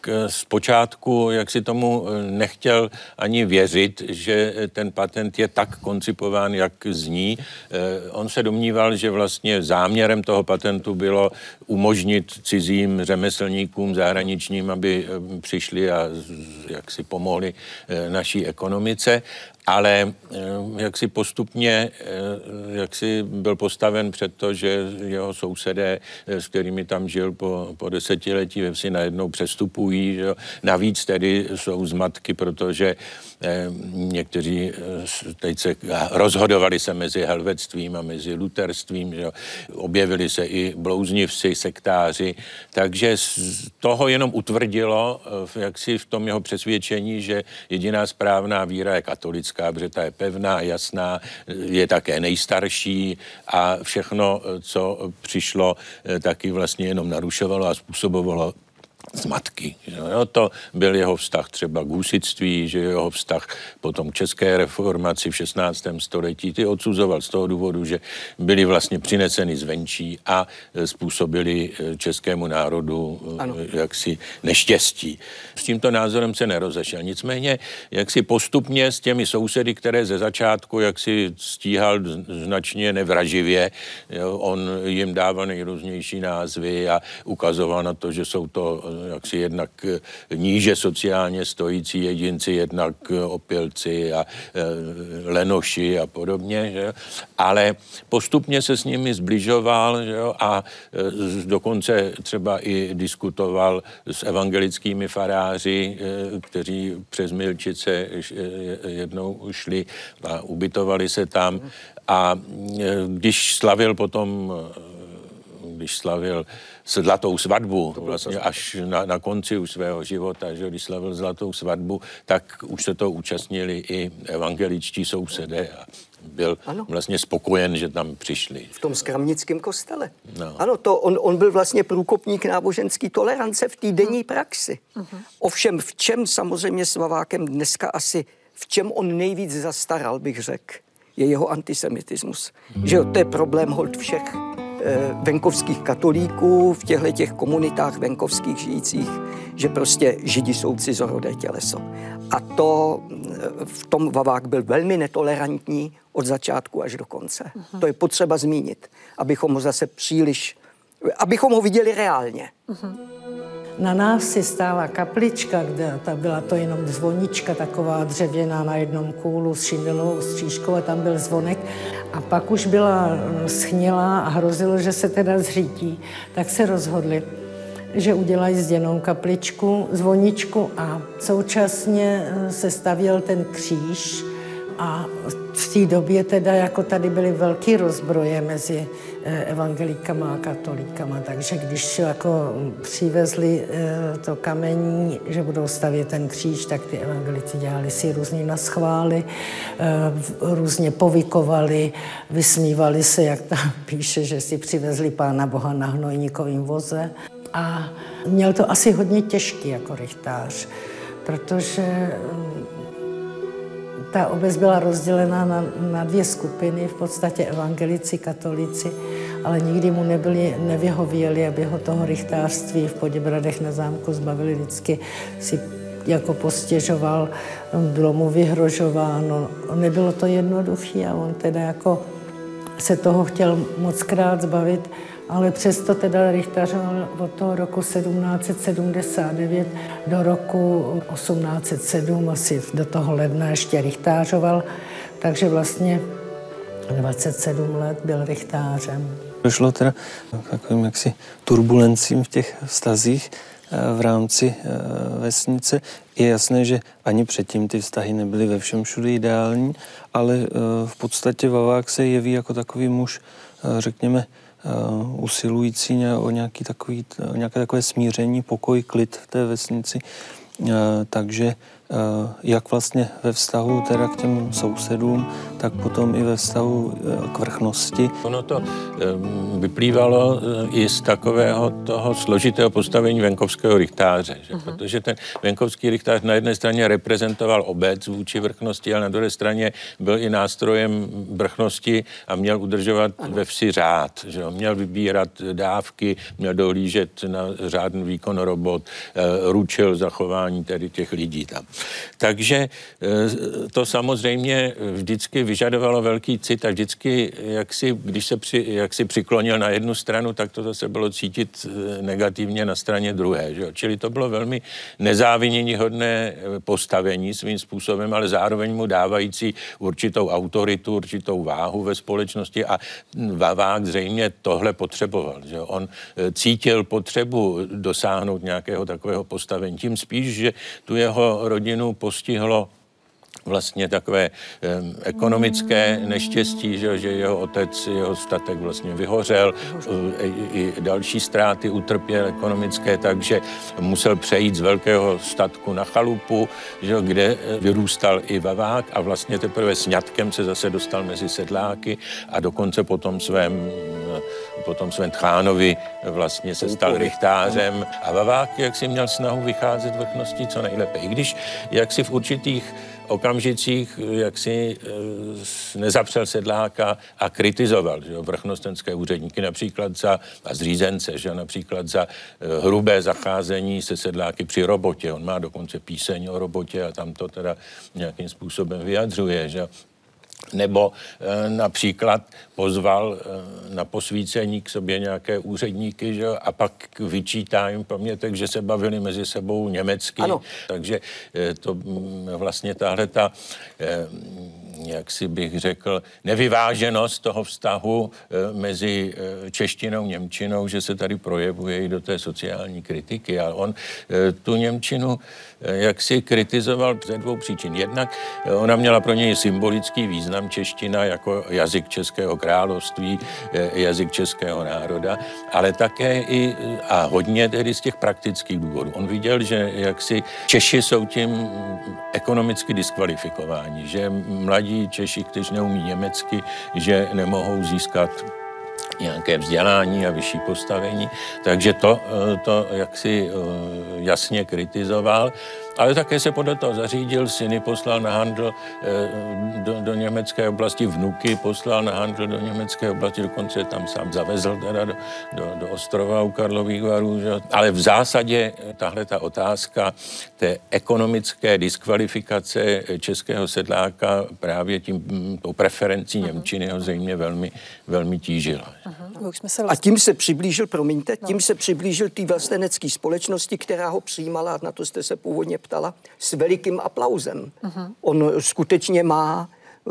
zpočátku, jak si tomu nechtěl ani věřit, že ten patent je tak koncipován, jak zní. On se domníval, že vlastně záměrem toho patentu bylo umožnit cizím řemeslníkům zahraničním, aby přišli a jak si pomohli naší ekonomice, ale jak si postupně jak si byl postaven před to, že jeho sousedé, s kterými tam žil po desetiletí ve vsi, najednou přestupují. Že? Navíc tedy jsou zmatky, protože někteří teď se rozhodovali se mezi helvetstvím a mezi luterstvím, že? Objevili se i blouznivci, sektáři, takže z toho jenom utvrdilo jaksi v tom jeho přesvědčení, že jediná správná víra je katolická, protože ta je pevná, jasná, je také nejstarší a všechno, co přišlo, taky vlastně jenom narušovalo a způsobovalo zmatky. No, to byl jeho vztah třeba k husitství, že jeho vztah potom k české reformaci v 16. století. Ty odsuzoval z toho důvodu, že byly vlastně přineseny zvenčí a způsobili českému národu jaksi neštěstí. S tímto názorem se nerozešel. Nicméně jaksi postupně s těmi sousedy, které ze začátku jaksi stíhal značně nevraživě, on jim dával nejrůznější názvy a ukazoval na to, že jsou to jaksi jednak níže sociálně stojící jedinci, jednak opilci a lenoši a podobně, že? Ale postupně se s nimi zbližoval, že? A dokonce třeba i diskutoval s evangelickými faráři, kteří přes Milčice jednou šli a ubytovali se tam. A když slavil zlatou svatbu, vlastně až na konci už svého života, že když slavil zlatou svatbu, tak už se to účastnili i evangeličtí sousedé a byl vlastně spokojen, že tam přišli. V tom skramnickém kostele. No. Ano, on byl vlastně průkopník náboženské tolerance v té denní praxi. Ovšem, v čem samozřejmě s Vavákem dneska asi, v čem on nejvíc zastaral, bych řekl, je jeho antisemitismus. Že jo, to je problém holt všech venkovských katolíků v těchto komunitách venkovských žijících, že prostě Židi jsou cizorodé těleso. A to v tom Vavák byl velmi netolerantní od začátku až do konce. To je potřeba zmínit, abychom ho zase abychom ho viděli reálně. Na návsi stála kaplička, kde byla to jenom zvonička, taková dřevěná na jednom kůlu s šindelovou střížkou a tam byl zvonek. A pak už byla schnilá a hrozilo, že se teda zřítí. Tak se rozhodli, že udělají zděnou kapličku, zvoničku a současně se stavěl ten kříž. A v té době teda jako tady byly velké rozbroje mezi evangelíkama a katolíkama, takže když jako přivezli to kamení, že budou stavět ten kříž, tak ty evangelici dělali si různý naschvály, různě povykovali, vysmívali se, jak tam píše, že si přivezli Pána Boha na hnojníkovým voze. A měl to asi hodně těžký jako rychtář, protože ta obec byla rozdělena na dvě skupiny, v podstatě evangelici, katolíci, ale nikdy mu nevyhověli, aby ho toho rychtářství v Poděbradech na zámku zbavili. Vždycky si jako postěžoval, bylo mu vyhrožováno. Nebylo to jednoduché a on teda jako se toho chtěl mockrát zbavit, ale přesto teda rychtařoval od toho roku 1779 do roku 1807, asi do toho ledna ještě rychtářoval, takže vlastně 27 let byl rychtářem. Došlo teda k takovým jaksi turbulencím v těch vztazích v rámci vesnice. Je jasné, že ani předtím ty vztahy nebyly ve všem všude ideální, ale v podstatě Vavák se jeví jako takový muž, řekněme, usilující o nějaké takové smíření, pokoj, klid v té vesnici. Takže jak vlastně ve vztahu teda k těm sousedům, tak potom i ve vztahu k vrchnosti. Ono to vyplývalo i z takového toho složitého postavení venkovského rychtáře, že? Protože ten venkovský rychtář na jedné straně reprezentoval obec vůči vrchnosti, ale na druhé straně byl i nástrojem vrchnosti a měl udržovat ve vsi řád, že? Měl vybírat dávky, měl dohlížet na řádný výkon robot, ručil zachování tedy těch lidí tam. Takže to samozřejmě vždycky vyžadovalo velký cit a vždycky, když se přiklonil na jednu stranu, tak to zase bylo cítit negativně na straně druhé. Že? Čili to bylo velmi nezáviděníhodné postavení svým způsobem, ale zároveň mu dávající určitou autoritu, určitou váhu ve společnosti a Vavák zřejmě tohle potřeboval. Že? On cítil potřebu dosáhnout nějakého takového postavení. Tím spíš, že tu jeho rodinu postihlo vlastně takové ekonomické neštěstí, že jeho otec, jeho statek vlastně vyhořel, i další ztráty utrpěl ekonomické, takže musel přejít z velkého statku na chalupu, že, kde vyrůstal i Vavák a vlastně teprve sňatkem se zase dostal mezi sedláky a dokonce po tom svém tchánovi vlastně se stal rychtářem a Vavák jaksi měl snahu vycházet vrchnosti co nejlépe. I když jaksi v určitých okamžicích jaksi nezapřel sedláka a kritizoval, že, vrchnostenské úředníky například a zřízence, že, například za hrubé zacházení se sedláky při robotě. On má dokonce píseň o robotě a tam to teda nějakým způsobem vyjadřuje, že. Nebo například pozval na posvícení k sobě nějaké úředníky, že? A pak vyčítá jim pamětek, že se bavili mezi sebou německy. Ano. Takže to vlastně tahleta, jak si bych řekl, nevyváženost toho vztahu mezi češtinou a němčinou, že se tady projevuje i do té sociální kritiky. Ale on tu němčinu jak si kritizoval ze dvou příčin. Jednak ona měla pro něj symbolický význam, čeština jako jazyk Českého království, jazyk českého národa, ale také i a hodně tedy z těch praktických důvodů. On viděl, že jaksi Češi jsou tím ekonomicky diskvalifikováni, že mladí Češi, kteří neumí německy, že nemohou získat nějaké vzdělání a vyšší postavení, takže to jaksi jasně kritizoval, ale také se podle toho zařídil, syny poslal na handl do německé oblasti, vnuky poslal na handl do německé oblasti, dokonce tam sám zavezl teda do Ostrova u Karlových Varů, že? Ale v zásadě tahle ta otázka té ekonomické diskvalifikace českého sedláka právě tou preferencí němčiny ho zřejmě velmi, velmi tížila. A tím se přiblížil, promiňte, tím se přiblížil té vlastenecké společnosti, která ho přijímala, na to jste se původně ptala, s velikým aplauzem. On skutečně má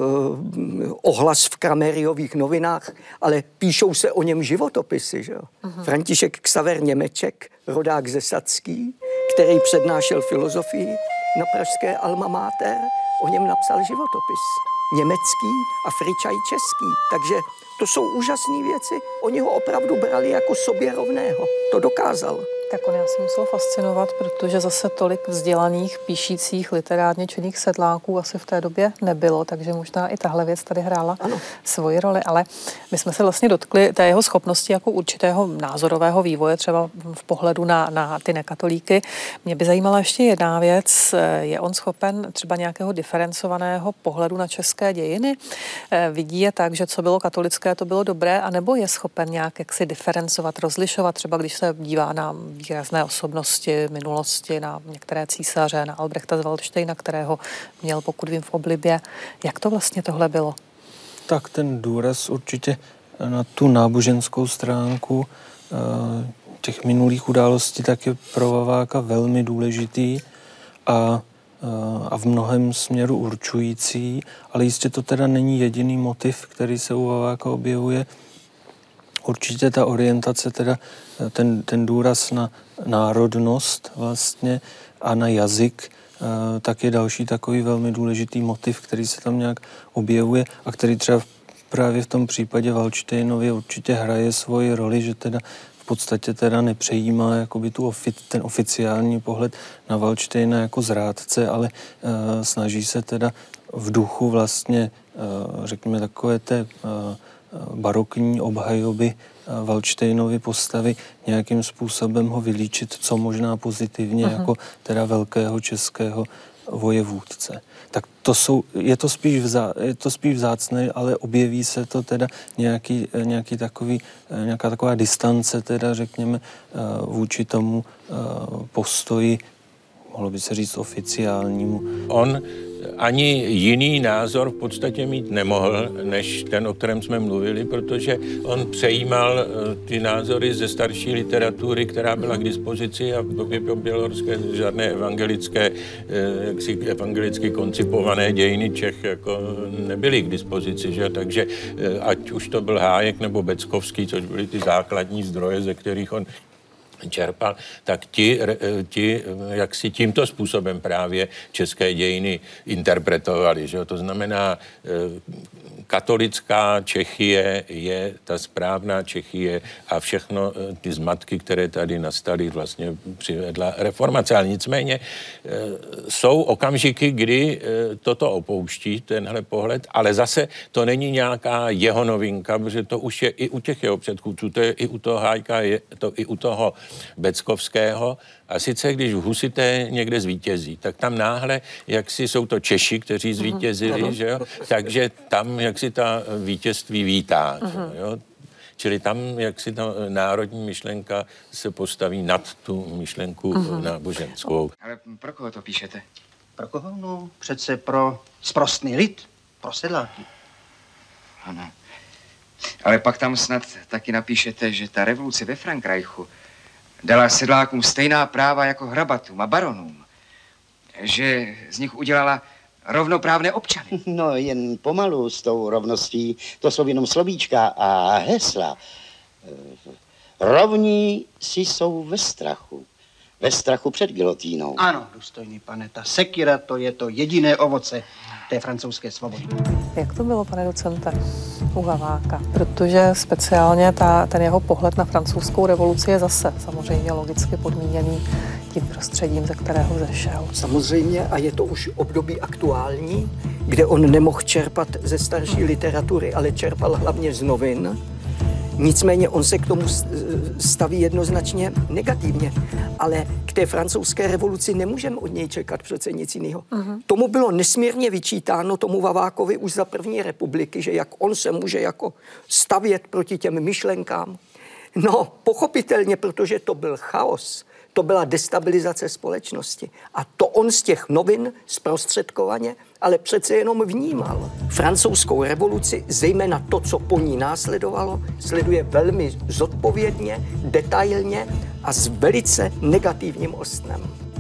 ohlas v Kramériových novinách, ale píšou se o něm životopisy. Že? František Xaver Němeček, rodák ze Sadský, který přednášel filozofii na pražské Alma Mater, o něm napsal životopis. Německý a Fričaj český. Takže to jsou úžasné věci. Oni ho opravdu brali jako sobě rovného. To dokázal. Tak on já se musel fascinovat, protože zase tolik vzdělaných, píšících, literárně činných sedláků asi v té době nebylo, takže možná i tahle věc tady hrála svoji roli, ale my jsme se vlastně dotkli té jeho schopnosti jako určitého názorového vývoje, třeba v pohledu na ty nekatolíky. Mě by zajímala ještě jedna věc, je on schopen třeba nějakého diferencovaného pohledu na české dějiny? Vidí je tak, že co bylo katolické, to bylo dobré, anebo je schopen nějak jaksi diferencovat, rozlišovat, třeba když se dívá na výrazné osobnosti minulosti, na některé císaře, na Albrechta z Valdštejna, kterého měl, pokud vím, v oblibě. Jak to vlastně tohle bylo? Tak ten důraz určitě na tu náboženskou stránku těch minulých událostí tak je pro Vaváka velmi důležitý a v mnohem směru určující, ale jistě to teda není jediný motiv, který se u Vaváka objevuje. Určitě ta orientace, teda ten důraz na národnost vlastně a na jazyk, tak je další takový velmi důležitý motiv, který se tam nějak objevuje a který třeba právě v tom případě Valdštejnově určitě hraje svoji roli, že teda v podstatě teda nepřejímá jakoby ten oficiální pohled na Valdštejna jako zrádce, ale snaží se teda v duchu vlastně řekněme, takové té barokní obhajoby Valdštejnovy postavy nějakým způsobem ho vylíčit co možná pozitivně jako teda velkého českého vojevůdce. Tak je to spíš vzácné, ale objeví se to teda nějaká taková distance teda, řekněme, vůči tomu postoji, mohlo by se říct, oficiálnímu. On ani jiný názor v podstatě mít nemohl, než ten, o kterém jsme mluvili, protože on přejímal ty názory ze starší literatury, která byla k dispozici, a v době bělohorské žádné evangelicky koncipované dějiny Čech jako nebyly k dispozici, že? Takže ať už to byl Hájek nebo Beckovský, což byly ty základní zdroje, ze kterých on čerpal, tak ti jak si tímto způsobem právě české dějiny interpretovali. Že? To znamená, katolická Čechie je ta správná Čechie a všechno ty zmatky, které tady nastaly, vlastně přivedla reformace. Ale nicméně jsou okamžiky, kdy toto opouští, tenhle pohled, ale zase to není nějaká jeho novinka, protože to už je i u těch jeho předchůdců, to je i u toho Hájka, je to i u toho Beckovského. A sice, když husité někde zvítězí, tak tam náhle, jaksi jsou to Češi, kteří zvítězili, že jo? Takže tam jaksi ta vítězství vítá, jo? Čili tam jaksi ta národní myšlenka se postaví nad tu myšlenku náboženskou. Ale pro koho to píšete? Pro koho? No, přece pro sprostný lid, pro sedláky. Ano. Ale pak tam snad taky napíšete, že ta revoluce ve Frankreichu dala sedlákům stejná práva jako hrabatům a baronům. Že z nich udělala rovnoprávné občany. No, jen pomalu s tou rovností. To jsou jenom slovíčka a hesla. Rovní si jsou ve strachu. Ve strachu před gilotínou. Ano, důstojný pane, ta sekira, to je to jediné ovoce té francouzské svobody. Jak to bylo, pane docente, u Haváka? Protože speciálně ten jeho pohled na francouzskou revoluci je zase samozřejmě logicky podmíněný tím prostředím, ze kterého zešel. Samozřejmě, a je to už období aktuální, kde on nemohl čerpat ze starší literatury, ale čerpal hlavně z novin. Nicméně on se k tomu staví jednoznačně negativně. Ale k té francouzské revoluci nemůžeme od něj čekat přece nic jiného. Tomu bylo nesmírně vyčítáno, tomu Vavákovi už za první republiky, že jak on se může jako stavět proti těm myšlenkám. No, pochopitelně, protože to byl chaos. To byla destabilizace společnosti. A to on z těch novin zprostředkovaně, ale přece jenom vnímal. Francouzskou revoluci, zejména to, co po ní následovalo, sleduje velmi zodpovědně, detailně a s velice negativním ostnem.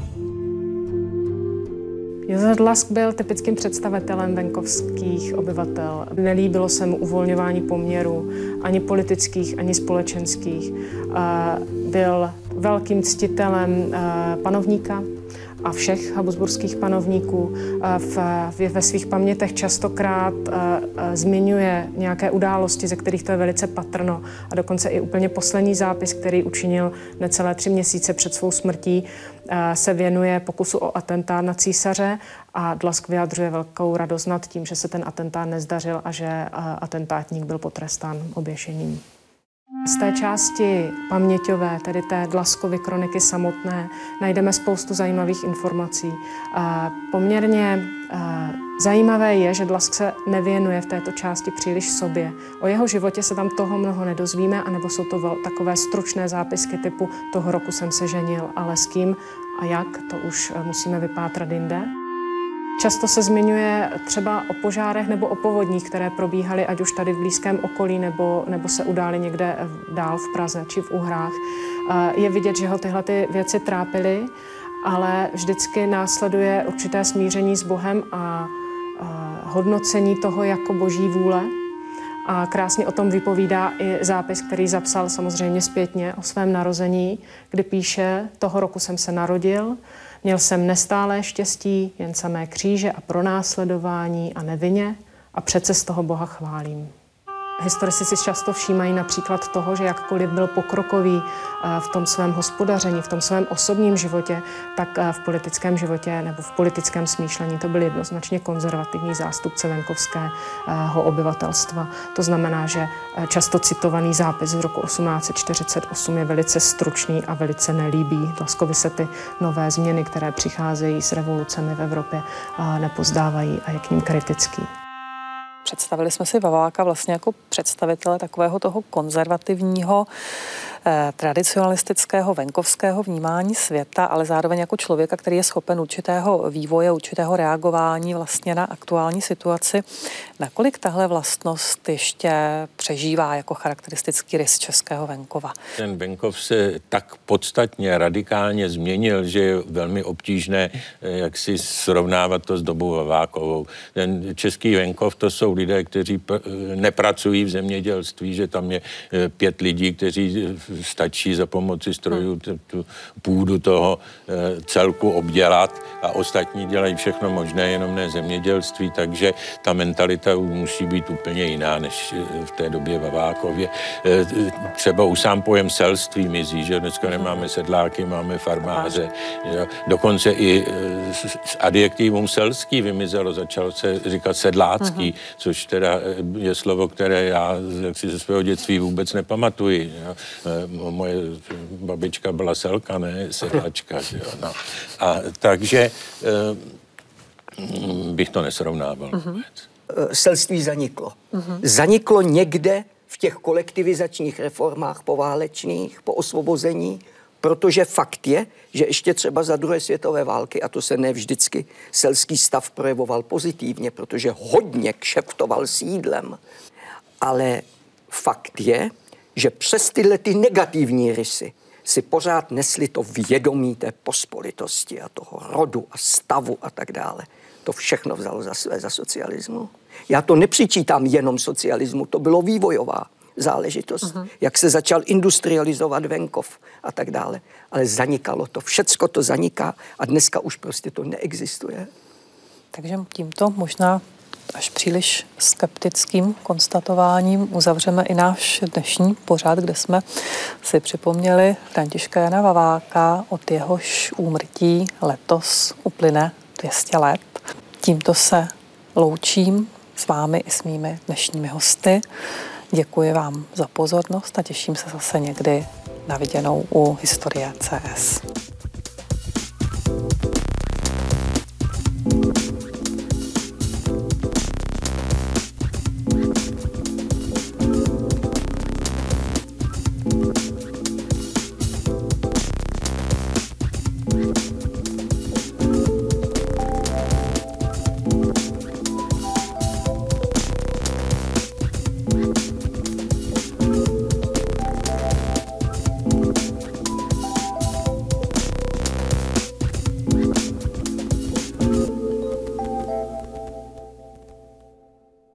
Josef Dlask byl typickým představitelem venkovských obyvatel. Nelíbilo se mu uvolňování poměrů, ani politických, ani společenských. Byl velkým ctitelem panovníka a všech habsburských panovníků. Ve svých pamětech častokrát zmiňuje nějaké události, ze kterých to je velice patrno. A dokonce i úplně poslední zápis, který učinil necelé 3 měsíce před svou smrtí, se věnuje pokusu o atentát na císaře a Dlask vyjadřuje velkou radost nad tím, že se ten atentát nezdařil a že atentátník byl potrestán oběšením. Z té části paměťové, tedy té Dlaskovy kroniky samotné, najdeme spoustu zajímavých informací. Poměrně zajímavé je, že Dlask se nevěnuje v této části příliš sobě. O jeho životě se tam toho mnoho nedozvíme, anebo jsou to takové stručné zápisky typu toho roku jsem se ženil, ale s kým a jak, to už musíme vypátrat jinde. Často se zmiňuje třeba o požárech nebo o povodních, které probíhaly ať už tady v blízkém okolí, nebo se udály někde dál v Praze či v Uhrách. Je vidět, že ho tyhle ty věci trápily, ale vždycky následuje určité smíření s Bohem a hodnocení toho jako boží vůle. A krásně o tom vypovídá i zápis, který zapsal samozřejmě zpětně o svém narození, kdy píše: toho roku jsem se narodil, měl jsem nestálé štěstí, jen samé kříže a pronásledování a nevině a přece z toho Boha chválím. Historici si často všímají například toho, že jakkoliv byl pokrokový v tom svém hospodaření, v tom svém osobním životě, tak v politickém životě nebo v politickém smýšlení to byl jednoznačně konzervativní zástupce venkovského obyvatelstva. To znamená, že často citovaný zápis z roku 1848 je velice stručný a velice nelíbí. Dlaskovi se ty nové změny, které přicházejí s revolucemi v Evropě, nepozdávají a je k nim kritický. Představili jsme si Vaváka vlastně jako představitele takového toho konzervativního, tradicionalistického, venkovského vnímání světa, ale zároveň jako člověka, který je schopen určitého vývoje, určitého reagování vlastně na aktuální situaci. Nakolik tahle vlastnost ještě přežívá jako charakteristický rys českého venkova? Ten venkov se tak podstatně, radikálně změnil, že je velmi obtížné, jak si srovnávat to s dobou Vavákovou. Ten český venkov, to jsou lidé, kteří nepracují v zemědělství, že tam je 5 lidí, kteří stačí za pomoci strojů tu půdu toho celku obdělat a ostatní dělají všechno možné, jenom ne zemědělství, takže ta mentalita musí být úplně jiná než v té době Vavákově. Třeba už sám pojem selství mizí, že dneska nemáme sedláky, máme farmáře. Že? Dokonce i s adjektivum selský vymizelo, začalo se říkat sedlácký, což teda je slovo, které já jaksi ze svého dětství vůbec nepamatuji. Že? Moje babička byla selka, ne sedlačka. Že? No. A takže bych to nesrovnával vůbec. Selství zaniklo. Zaniklo někde v těch kolektivizačních reformách poválečných, po osvobození, protože fakt je, že ještě třeba za druhé světové války, a to se ne vždycky selský stav projevoval pozitivně, protože hodně kšeftoval s jídlem, ale fakt je, že přes tyhle ty negativní rysy si pořád nesli to vědomí té pospolitosti a toho rodu a stavu a tak dále. To všechno vzalo za své za socialismu. Já to nepřičítám jenom socialismu, to bylo vývojová záležitost, jak se začal industrializovat venkov a tak dále. Ale zanikalo to, všecko to zaniká a dneska už prostě to neexistuje. Takže tímto možná až příliš skeptickým konstatováním uzavřeme i náš dnešní pořad, kde jsme si připomněli Františka Jana Vaváka, od jehož úmrtí letos uplyne 200 let. Tímto se loučím s vámi i s mými dnešními hosty. Děkuji vám za pozornost a těším se zase někdy na viděnou u Historie CS.